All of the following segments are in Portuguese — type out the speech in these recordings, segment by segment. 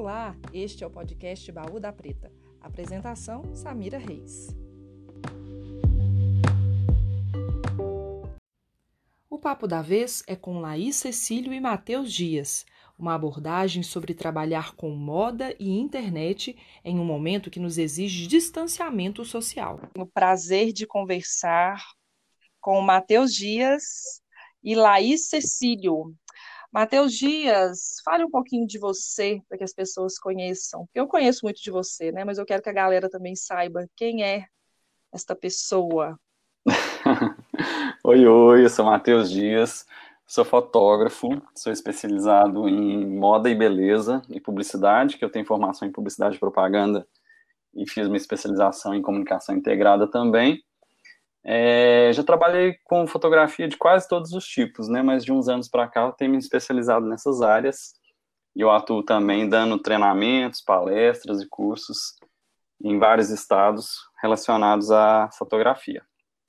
Olá, este é o podcast Baú da Preta. Apresentação, Samira Reis. O Papo da Vez é com Laís Cecílio e Matheus Dias, uma abordagem sobre trabalhar com moda e internet em um momento que nos exige distanciamento social. O prazer de conversar com Matheus Dias e Laís Cecílio. Matheus Dias, fale um pouquinho de você, para que as pessoas conheçam. Eu conheço muito de você, né? Mas eu quero que a galera também saiba quem é esta pessoa. Oi, eu sou Matheus Dias, sou fotógrafo, sou especializado em moda e beleza e publicidade, que eu tenho formação em publicidade e propaganda e fiz uma especialização em comunicação integrada também. Já trabalhei com fotografia de quase todos os tipos, né? Mas de uns anos para cá eu tenho me especializado nessas áreas e eu atuo também dando treinamentos, palestras e cursos em vários estados relacionados à fotografia.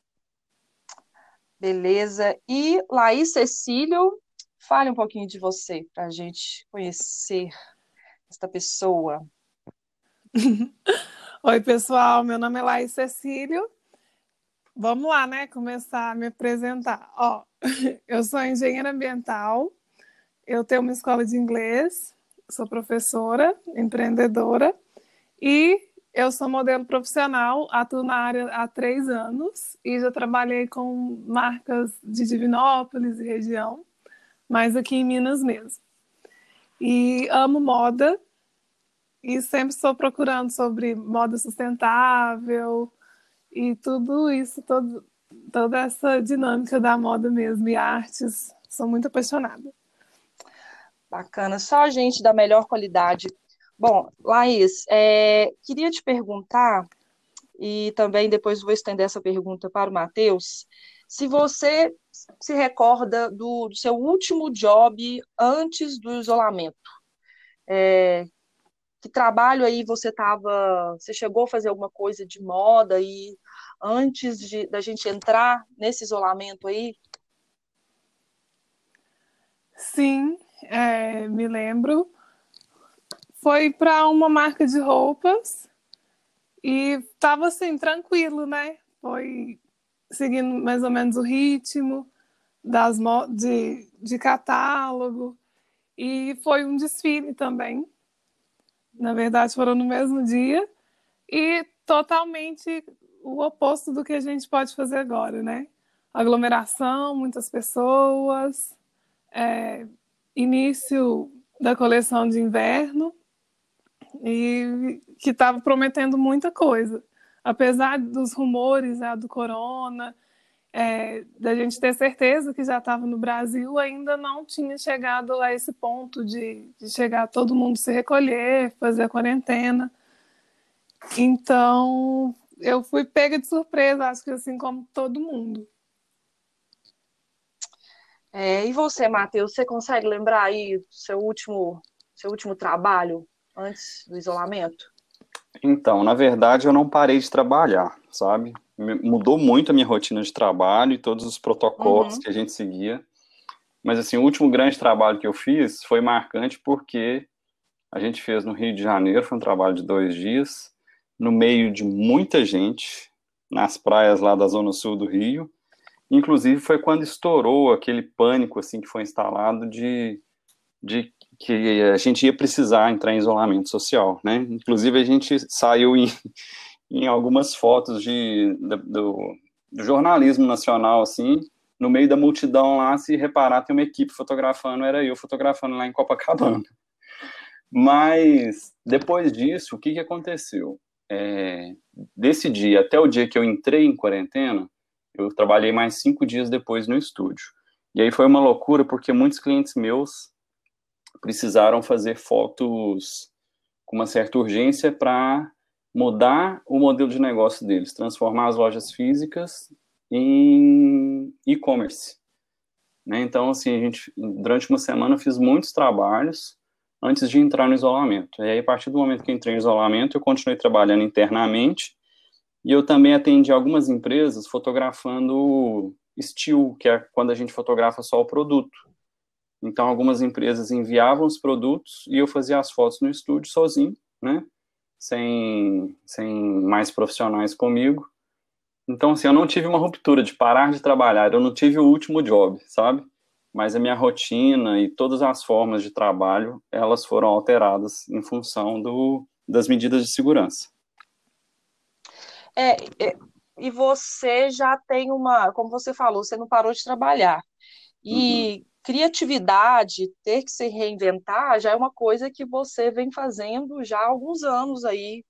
Beleza. E Laís Cecílio, fale um pouquinho de você, para a gente conhecer esta pessoa. Oi, pessoal, meu nome é Laís Cecílio. Vamos lá, né? Começar a me apresentar. Eu sou engenheira ambiental, eu tenho uma escola de inglês, sou professora, empreendedora e eu sou modelo profissional, atuo na área há 3 anos e já trabalhei com marcas de Divinópolis e região, mas aqui em Minas mesmo. E amo moda e sempre estou procurando sobre moda sustentável e tudo isso, toda essa dinâmica da moda mesmo e artes. Sou muito apaixonada. Bacana, só gente da melhor qualidade. Bom, Laís, queria te perguntar, e também depois vou estender essa pergunta para o Matheus, se você se recorda do seu último job antes do isolamento. Que trabalho aí você chegou a fazer alguma coisa de moda e antes da gente entrar nesse isolamento aí? Sim, me lembro. Foi para uma marca de roupas e estava assim, tranquilo, né? Foi seguindo mais ou menos o ritmo de catálogo e foi um desfile também. Na verdade, foram no mesmo dia e totalmente o oposto do que a gente pode fazer agora, né? Aglomeração, muitas pessoas, início da coleção de inverno e que estava prometendo muita coisa. Apesar dos rumores do corona, da gente ter certeza que já estava no Brasil, ainda não tinha chegado a esse ponto de chegar todo mundo se recolher, fazer a quarentena. Então, eu fui pega de surpresa, acho que assim como todo mundo. E você, Matheus, você consegue lembrar aí do seu último trabalho antes do isolamento? Então, na verdade, eu não parei de trabalhar, sabe? Mudou muito a minha rotina de trabalho e todos os protocolos que a gente seguia. Mas, assim, o último grande trabalho que eu fiz foi marcante porque a gente fez no Rio de Janeiro, foi um trabalho de 2 dias, no meio de muita gente, nas praias lá da Zona Sul do Rio. Inclusive, foi quando estourou aquele pânico, assim, que foi instalado de que a gente ia precisar entrar em isolamento social, né? Inclusive, a gente saiu em algumas fotos do jornalismo nacional, assim, no meio da multidão lá, se reparar, tem uma equipe fotografando, era eu fotografando lá em Copacabana. Mas, depois disso, o que aconteceu? Desse dia até o dia que eu entrei em quarentena, eu trabalhei mais 5 dias depois no estúdio. E aí foi uma loucura, porque muitos clientes meus precisaram fazer fotos com uma certa urgência para mudar o modelo de negócio deles, transformar as lojas físicas em e-commerce, né? Então, assim, a gente, durante uma semana, fiz muitos trabalhos antes de entrar no isolamento. E aí, a partir do momento que eu entrei no isolamento, eu continuei trabalhando internamente e eu também atendi algumas empresas fotografando still, que é quando a gente fotografa só o produto. Então, algumas empresas enviavam os produtos e eu fazia as fotos no estúdio sozinho, né? Sem mais profissionais comigo. Então, assim, eu não tive uma ruptura de parar de trabalhar, eu não tive o último job, sabe? Mas a minha rotina e todas as formas de trabalho, elas foram alteradas em função das medidas de segurança. É, é, e você já tem como você falou, você não parou de trabalhar. Uhum. E criatividade, ter que se reinventar, já é uma coisa que você vem fazendo já há alguns anos aí,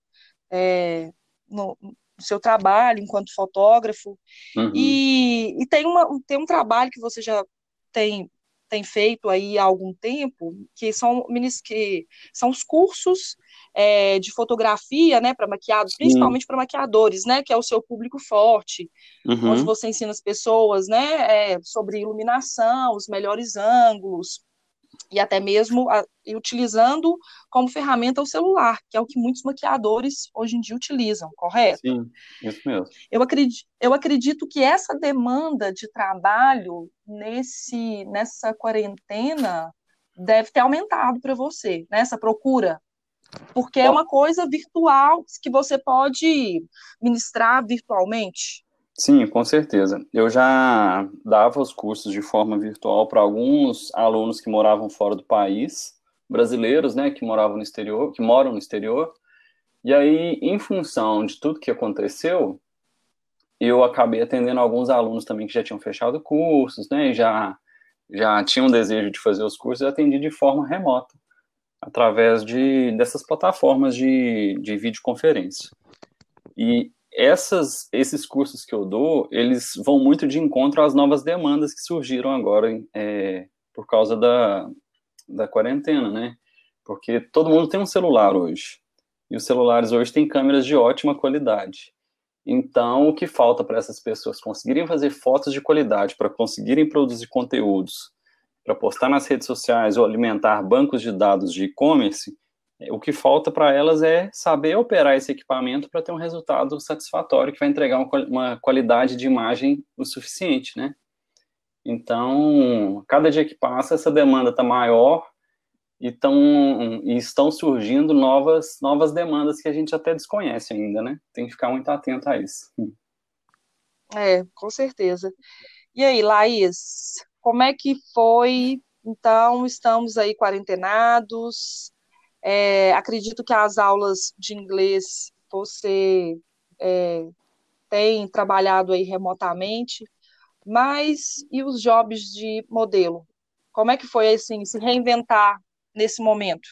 no seu trabalho enquanto fotógrafo. Uhum. E tem um trabalho que você já tem, tem feito aí há algum tempo, que são os cursos de fotografia, né, para maquiados, Sim. principalmente para maquiadores, né, que é o seu público forte, onde Uhum. você ensina as pessoas, né, sobre iluminação, os melhores ângulos, e até mesmo e utilizando como ferramenta o celular, que é o que muitos maquiadores hoje em dia utilizam, correto? Sim, isso mesmo. Eu acredito que essa demanda de trabalho nessa quarentena deve ter aumentado para você, nessa procura, porque é uma coisa virtual que você pode ministrar virtualmente. Sim, com certeza. Eu já dava os cursos de forma virtual para alguns alunos que moravam fora do país, brasileiros, né, que moravam no exterior, que moram no exterior. E aí, em função de tudo que aconteceu, eu acabei atendendo alguns alunos também que já tinham fechado cursos, né, e já tinham desejo de fazer os cursos, eu atendi de forma remota, através dessas plataformas de videoconferência. E esses cursos que eu dou, eles vão muito de encontro às novas demandas que surgiram agora, por causa da quarentena, né? Porque todo mundo tem um celular hoje. E os celulares hoje têm câmeras de ótima qualidade. Então, o que falta para essas pessoas conseguirem fazer fotos de qualidade, para conseguirem produzir conteúdos, para postar nas redes sociais ou alimentar bancos de dados de e-commerce, o que falta para elas é saber operar esse equipamento para ter um resultado satisfatório, que vai entregar uma qualidade de imagem o suficiente, né? Então, cada dia que passa, essa demanda está maior e estão surgindo novas demandas que a gente até desconhece ainda, né? Tem que ficar muito atento a isso. Com certeza. E aí, Laís, como é que foi? Então, estamos aí quarentenados. Acredito que as aulas de inglês você é, tem trabalhado aí remotamente, mas e os jobs de modelo? Como é que foi assim, se reinventar nesse momento?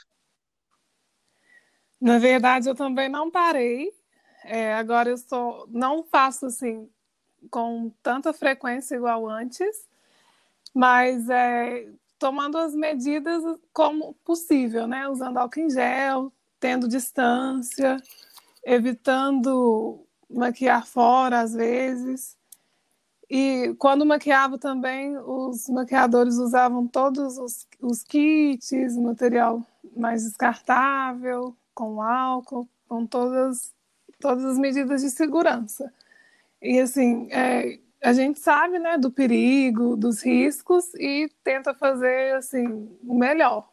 Na verdade, eu também não parei. Agora não faço assim com tanta frequência igual antes, mas tomando as medidas como possível, né? Usando álcool em gel, tendo distância, evitando maquiar fora às vezes. E quando maquiava também, os maquiadores usavam todos os kits, material mais descartável, com álcool, com todas as medidas de segurança. E assim, a gente sabe, né, do perigo, dos riscos e tenta fazer assim o melhor.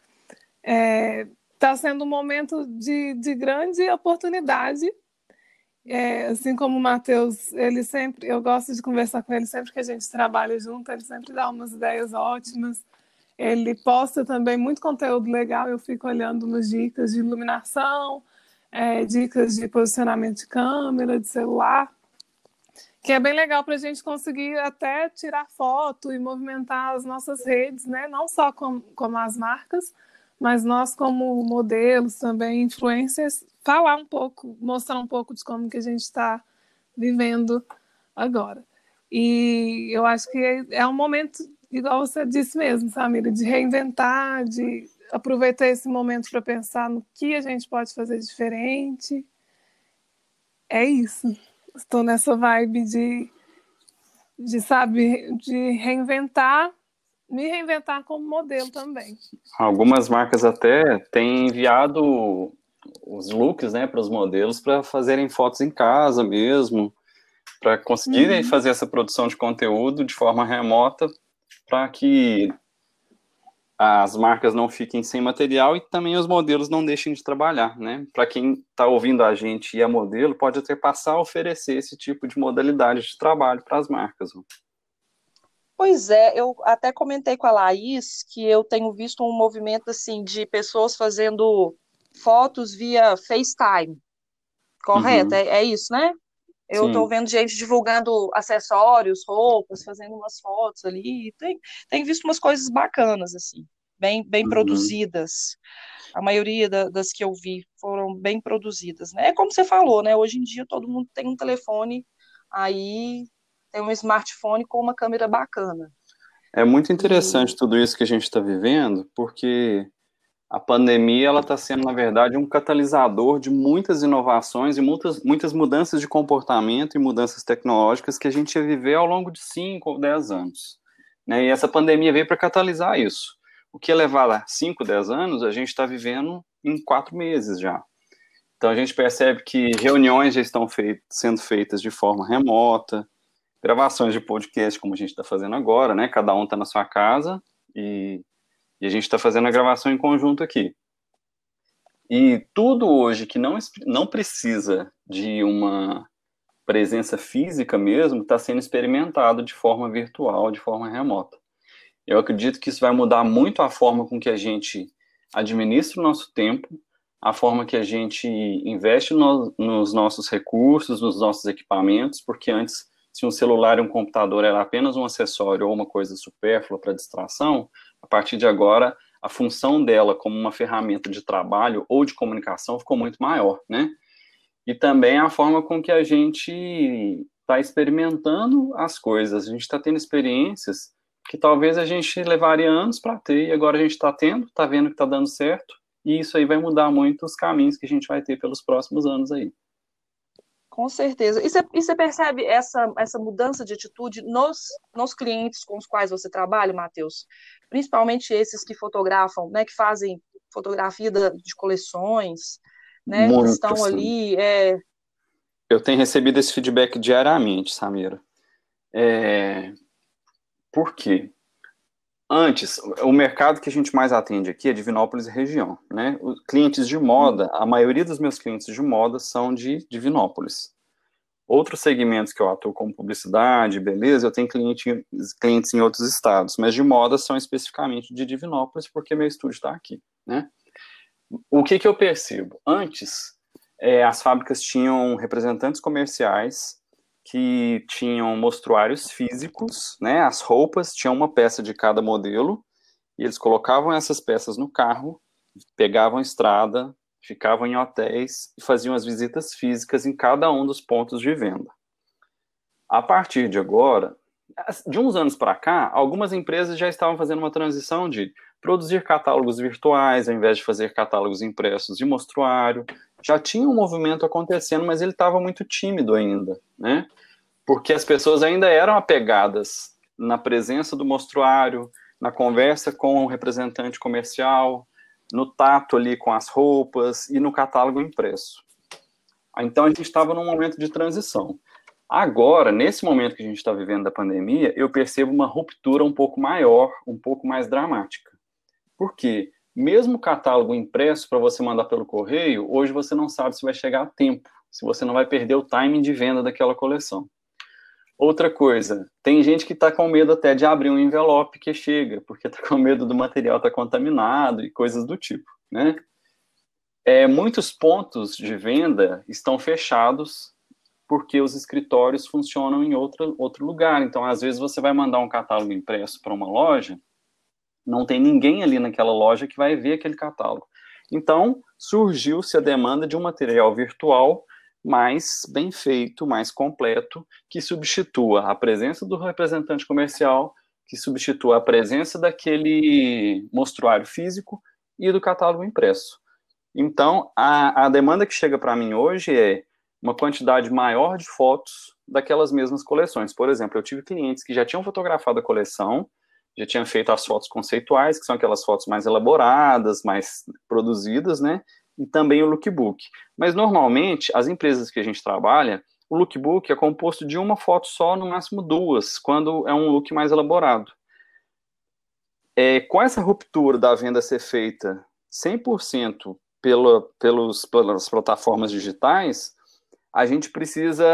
Está sendo um momento de grande oportunidade. Assim como o Matheus, eu gosto de conversar com ele sempre que a gente trabalha junto, ele sempre dá umas ideias ótimas. Ele posta também muito conteúdo legal, eu fico olhando umas dicas de iluminação, dicas de posicionamento de câmera, de celular, que é bem legal para a gente conseguir até tirar foto e movimentar as nossas redes, né? Não só como as marcas, mas nós como modelos também, influencers, falar um pouco, mostrar um pouco de como que a gente está vivendo agora. E eu acho que é um momento, igual você disse mesmo, Samira, de reinventar, de aproveitar esse momento para pensar no que a gente pode fazer diferente. É isso. Estou nessa vibe de reinventar, me reinventar como modelo também. Algumas marcas até têm enviado os looks, né, para os modelos para fazerem fotos em casa mesmo, para conseguirem fazer essa produção de conteúdo de forma remota, para que as marcas não fiquem sem material e também os modelos não deixem de trabalhar, né? Para quem está ouvindo a gente e é modelo, pode até passar a oferecer esse tipo de modalidade de trabalho para as marcas. Pois é, eu até comentei com a Laís que eu tenho visto um movimento assim de pessoas fazendo fotos via FaceTime, correto? Uhum. É isso, né? Eu estou Sim. vendo gente divulgando acessórios, roupas, fazendo umas fotos ali. Tem visto umas coisas bacanas, assim, bem Uhum. produzidas. A maioria das que eu vi foram bem produzidas, né? É como você falou, né? Hoje em dia todo mundo tem um telefone, aí tem um smartphone com uma câmera bacana. É muito interessante E tudo isso que a gente está vivendo, porque a pandemia ela está sendo, na verdade, um catalisador de muitas inovações e muitas mudanças de comportamento e mudanças tecnológicas que a gente ia viver ao longo de 5 ou 10 anos. Né? E essa pandemia veio para catalisar isso. O que ia levar lá 5, 10 anos, a gente está vivendo em 4 meses já. Então a gente percebe que reuniões já estão sendo feitas de forma remota, gravações de podcast, como a gente está fazendo agora, né? Cada um está na sua casa e a gente está fazendo a gravação em conjunto aqui. E tudo hoje que não precisa de uma presença física mesmo, está sendo experimentado de forma virtual, de forma remota. Eu acredito que isso vai mudar muito a forma com que a gente administra o nosso tempo, a forma que a gente investe nos nossos recursos, nos nossos equipamentos, porque antes, se um celular e um computador era apenas um acessório ou uma coisa supérflua para distração, a partir de agora, a função dela como uma ferramenta de trabalho ou de comunicação ficou muito maior, né? E também a forma com que a gente está experimentando as coisas. A gente está tendo experiências que talvez a gente levaria anos para ter, e agora a gente está tendo, está vendo que está dando certo, e isso aí vai mudar muito os caminhos que a gente vai ter pelos próximos anos aí. com certeza. E você percebe essa mudança de atitude nos clientes com os quais você trabalha, Matheus? Principalmente esses que fotografam, né, que fazem fotografia de coleções, né, que Muito, estão assim. ali. Eu tenho recebido esse feedback diariamente, Samira. Por quê? Antes, o mercado que a gente mais atende aqui é Divinópolis e região, né? Os clientes de moda, a maioria dos meus clientes de moda são de Divinópolis. Outros segmentos que eu atuo, como publicidade, beleza, eu tenho clientes em outros estados, mas de moda são especificamente de Divinópolis, porque meu estúdio está aqui, né? O que eu percebo? Antes, as fábricas tinham representantes comerciais que tinham mostruários físicos, né? As roupas tinham uma peça de cada modelo, e eles colocavam essas peças no carro, pegavam a estrada, ficavam em hotéis e faziam as visitas físicas em cada um dos pontos de venda. A partir de agora, de uns anos para cá, algumas empresas já estavam fazendo uma transição de produzir catálogos virtuais, ao invés de fazer catálogos impressos de mostruário. Já tinha um movimento acontecendo, mas ele estava muito tímido ainda, né? Porque as pessoas ainda eram apegadas na presença do mostruário, na conversa com o representante comercial, no tato ali com as roupas e no catálogo impresso. Então a gente estava num momento de transição. Agora, nesse momento que a gente está vivendo da pandemia, eu percebo uma ruptura um pouco maior, um pouco mais dramática. Por quê? Mesmo o catálogo impresso para você mandar pelo correio, hoje você não sabe se vai chegar a tempo, se você não vai perder o timing de venda daquela coleção. Outra coisa, tem gente que está com medo até de abrir um envelope que chega, porque está com medo do material estar contaminado e coisas do tipo, né? Muitos pontos de venda estão fechados porque os escritórios funcionam em outro lugar. Então, às vezes, você vai mandar um catálogo impresso para uma loja, não tem ninguém ali naquela loja que vai ver aquele catálogo. Então, surgiu-se a demanda de um material virtual mais bem feito, mais completo, que substitua a presença do representante comercial, que substitua a presença daquele mostruário físico e do catálogo impresso. Então, a demanda que chega para mim hoje é uma quantidade maior de fotos daquelas mesmas coleções. Por exemplo, eu tive clientes que já tinham fotografado a coleção, já tinham feito as fotos conceituais, que são aquelas fotos mais elaboradas, mais produzidas, né? E também o lookbook. Mas, normalmente, as empresas que a gente trabalha, o lookbook é composto de uma foto só, no máximo duas, quando é um look mais elaborado. com essa ruptura da venda ser feita 100% pelas plataformas digitais, a gente precisa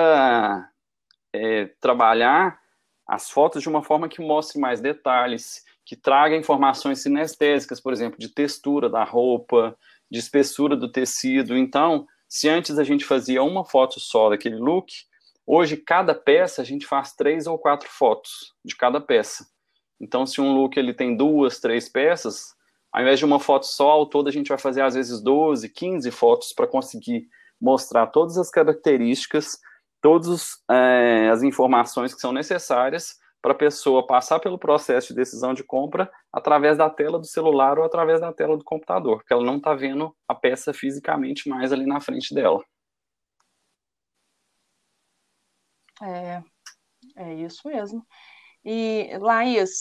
trabalhar as fotos de uma forma que mostre mais detalhes, que traga informações sinestésicas, por exemplo, de textura da roupa, de espessura do tecido. Então, se antes a gente fazia uma foto só daquele look, hoje cada peça a gente faz 3 ou 4 fotos de cada peça. Então, se um look ele tem 2, 3 peças, ao invés de uma foto só, ao todo a gente vai fazer às vezes 12, 15 fotos para conseguir mostrar todas as características, todas as informações que são necessárias para a pessoa passar pelo processo de decisão de compra através da tela do celular ou através da tela do computador, porque ela não está vendo a peça fisicamente mais ali na frente dela. É isso mesmo. E, Laís,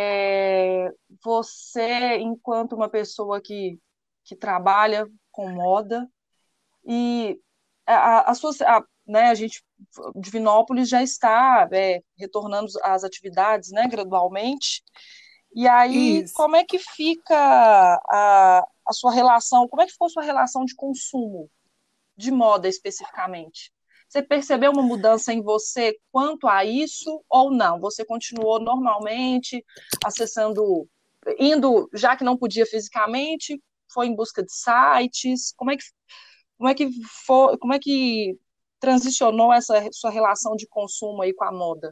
você, enquanto uma pessoa que trabalha com moda, e né, a gente, Divinópolis já está retornando às atividades, né, gradualmente, e aí Isso. como é que fica a sua relação, como é que ficou a sua relação de consumo de moda especificamente? Você percebeu uma mudança em você quanto a isso ou não? Você continuou normalmente acessando, já que não podia fisicamente, foi em busca de sites? Como é que transicionou essa sua relação de consumo aí com a moda?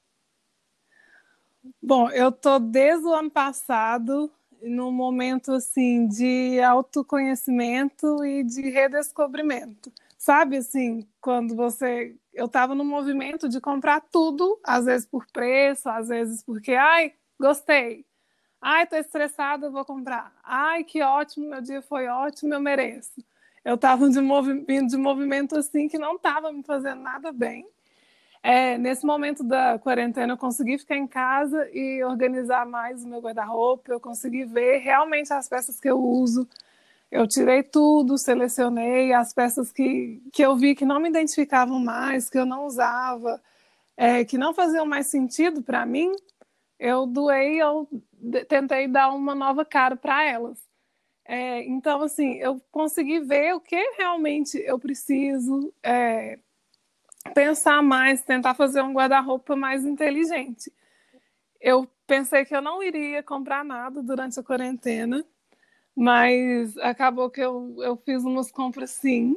Bom, eu tô desde o ano passado num momento assim de autoconhecimento e de redescobrimento. Sabe assim, quando eu estava no movimento de comprar tudo, às vezes por preço, às vezes porque, ai, gostei. Ai, tô estressada, vou comprar. Ai, que ótimo, meu dia foi ótimo, eu mereço. Eu estava de movimento assim que não estava me fazendo nada bem. Nesse momento da quarentena, eu consegui ficar em casa e organizar mais o meu guarda-roupa. Eu consegui ver realmente as peças que eu uso. Eu tirei tudo, selecionei as peças que eu vi que não me identificavam mais, que eu não usava, que não faziam mais sentido para mim. Eu doei, eu tentei dar uma nova cara para elas. Então, assim, eu consegui ver o que realmente eu preciso, pensar mais, tentar fazer um guarda-roupa mais inteligente. Eu pensei que eu não iria comprar nada durante a quarentena, mas acabou que eu fiz umas compras sim.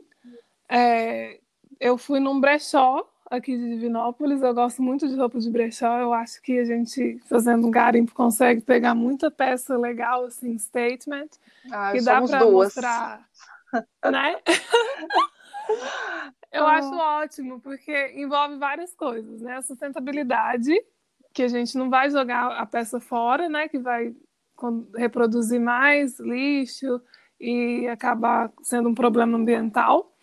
Eu fui num brechó aqui de Divinópolis, eu gosto muito de roupa de brechó, eu acho que a gente, fazendo um garimpo, consegue pegar muita peça legal, assim, statement, que dá Somos para duas. mostrar, né? Eu acho ótimo, porque envolve várias coisas, né? A sustentabilidade, que a gente não vai jogar a peça fora, né? Que vai reproduzir mais lixo e acabar sendo um problema ambiental.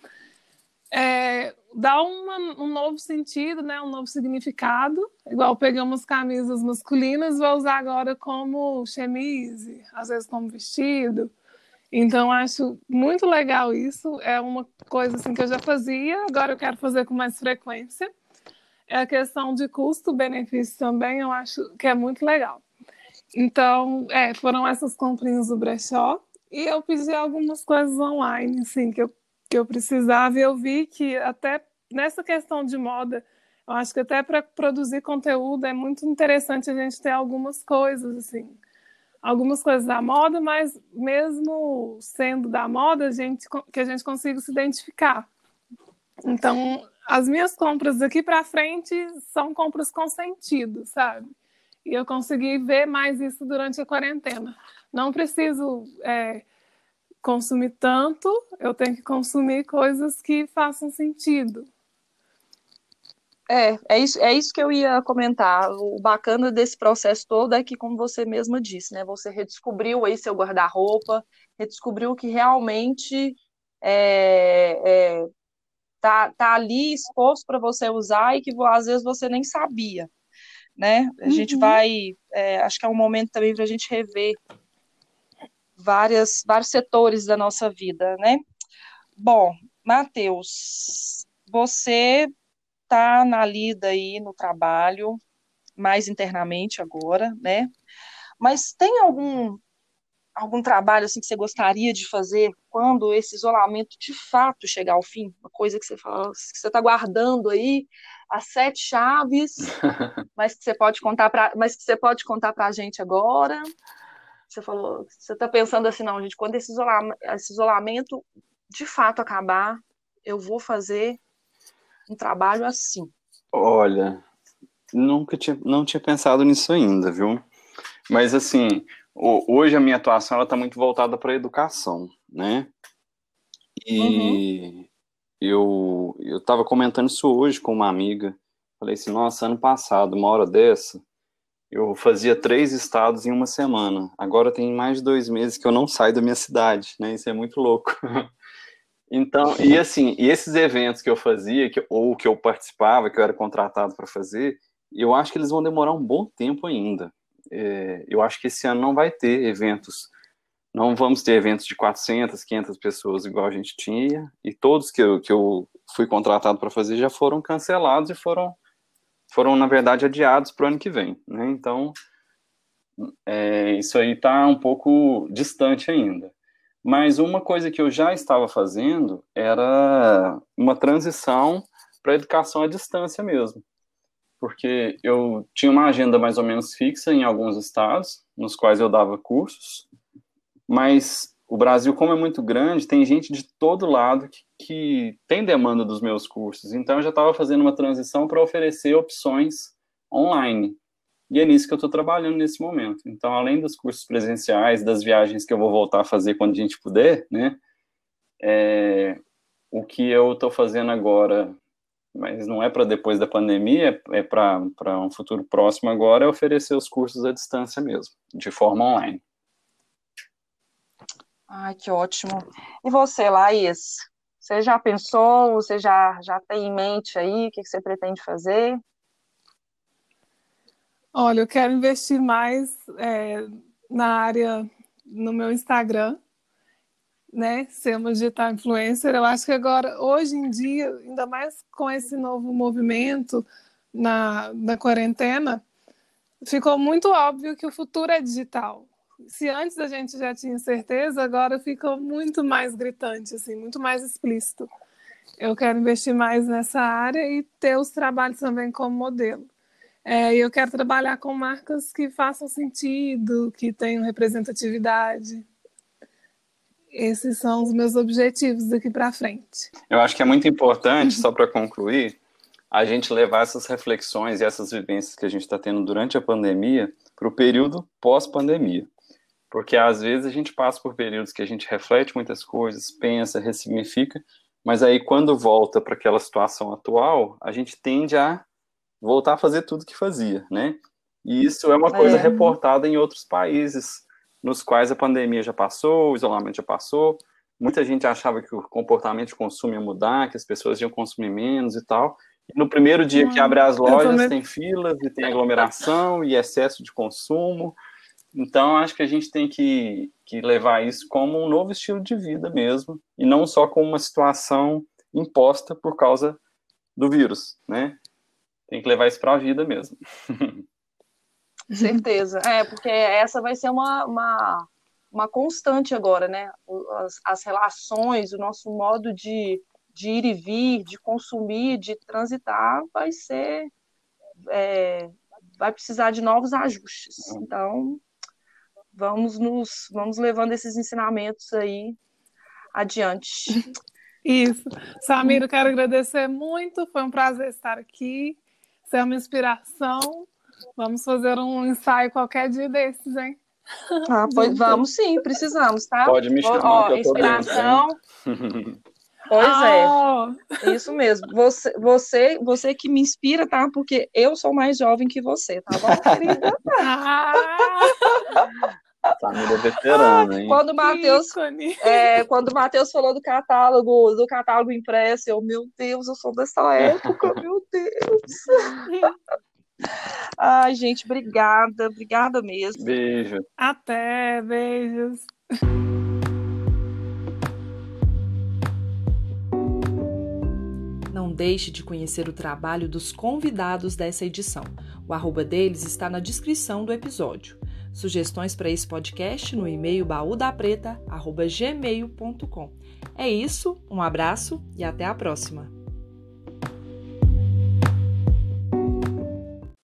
Dá um novo sentido, né? Um novo significado. Igual pegamos camisas masculinas, vou usar agora como chemise, às vezes como vestido. Então, acho muito legal isso. É uma coisa assim, que eu já fazia, agora eu quero fazer com mais frequência. É a questão de custo-benefício também, eu acho que é muito legal. Então, foram essas comprinhas do brechó. E eu pedi algumas coisas online, assim, que eu precisava. E eu vi que até nessa questão de moda, eu acho que até para produzir conteúdo é muito interessante a gente ter algumas coisas, assim. Algumas coisas da moda, mas mesmo sendo da moda, que a gente consiga se identificar. Então, as minhas compras daqui para frente são compras com sentido, sabe? E eu consegui ver mais isso durante a quarentena. Não preciso consumir tanto, eu tenho que consumir coisas que façam sentido. É isso que eu ia comentar. O bacana desse processo todo é que, como você mesma disse, né, você redescobriu aí seu guarda-roupa, redescobriu que realmente tá ali exposto para você usar e que às vezes você nem sabia, né? A gente vai, acho que é um momento também para a gente rever vários setores da nossa vida, né? Bom, Matheus, você está na lida aí no trabalho, mais internamente agora, né? Mas tem algum trabalho assim que você gostaria de fazer quando esse isolamento de fato chegar ao fim? Uma coisa que você fala, que você está guardando aí, as 7 chaves, mas que você pode contar para a gente agora? Você falou, você está pensando assim, não, gente, quando esse isolamento de fato acabar, eu vou fazer um trabalho assim. Olha, não tinha pensado nisso ainda, viu? Mas, assim, hoje a minha atuação ela está muito voltada para a educação, né? E eu estava comentando isso hoje com uma amiga. Falei assim, nossa, ano passado, uma hora dessa, eu fazia 3 estados em uma semana. Agora tem mais de 2 meses que eu não saio da minha cidade, né? Isso é muito louco. Então, e assim, e esses eventos que eu fazia, ou que eu participava, que eu era contratado para fazer, eu acho que eles vão demorar um bom tempo ainda. Eu acho que esse ano não vai ter eventos, não vamos ter eventos de 400, 500 pessoas igual a gente tinha, e todos que eu fui contratado para fazer já foram cancelados e foram, na verdade, adiados para o ano que vem, né? Então, isso aí está um pouco distante ainda. Mas uma coisa que eu já estava fazendo era uma transição para a educação à distância mesmo. Porque eu tinha uma agenda mais ou menos fixa em alguns estados, nos quais eu dava cursos, mas o Brasil, como é muito grande, tem gente de todo lado que tem demanda dos meus cursos. Então, eu já estava fazendo uma transição para oferecer opções online. E é nisso que eu estou trabalhando nesse momento. Então, além dos cursos presenciais, das viagens que eu vou voltar a fazer quando a gente puder, né? O que eu estou fazendo agora, mas não é para depois da pandemia, é para um futuro próximo agora, é oferecer os cursos à distância mesmo, de forma online. Ai, que ótimo. E você, Laís? Você já pensou, você já tem em mente aí o que você pretende fazer? Olha, eu quero investir mais na área, no meu Instagram, né? Ser uma digital influencer. Eu acho que agora, hoje em dia, ainda mais com esse novo movimento na quarentena, ficou muito óbvio que o futuro é digital. Se antes a gente já tinha certeza, agora ficou muito mais gritante, assim, muito mais explícito. Eu quero investir mais nessa área e ter os trabalhos também como modelo. E eu quero trabalhar com marcas que façam sentido, que tenham representatividade. Esses são os meus objetivos daqui para frente. Eu acho que é muito importante, só para concluir, a gente levar essas reflexões e essas vivências que a gente está tendo durante a pandemia para o período pós-pandemia. Porque às vezes a gente passa por períodos que a gente reflete muitas coisas, pensa, ressignifica, mas aí quando volta para aquela situação atual, a gente tende a voltar a fazer tudo que fazia, né? E isso é uma coisa reportada em outros países, nos quais a pandemia já passou, o isolamento já passou. Muita gente achava que o comportamento de consumo ia mudar, que as pessoas iam consumir menos e tal. E no primeiro dia que abre as lojas, tem filas e tem aglomeração e excesso de consumo. Então, acho que a gente tem que levar isso como um novo estilo de vida mesmo, e não só como uma situação imposta por causa do vírus, né? Tem que levar isso para a vida mesmo. Certeza. Porque essa vai ser uma constante agora, né? As relações, o nosso modo de ir e vir, de consumir, de transitar, vai precisar de novos ajustes. Então, vamos levando esses ensinamentos aí adiante. Isso. Samira, eu quero agradecer muito, foi um prazer estar aqui. Você é uma inspiração. Vamos fazer um ensaio qualquer dia desses, hein? Pois vamos sim, precisamos, tá? Pode me chamar que eu tô inspiração. Dentro, Pois é, isso mesmo. Você que me inspira, tá? Porque eu sou mais jovem que você, tá bom, querida? Família veterana, hein? Quando o Matheus falou do catálogo impresso, meu Deus, eu sou dessa época, meu Deus. Ai, gente, obrigada mesmo. Beijo. Até, beijos. Não deixe de conhecer o trabalho dos convidados dessa edição. O @ deles está na descrição do episódio. Sugestões para esse podcast no e-mail baúdapreta@gmail.com. É isso, um abraço e até a próxima!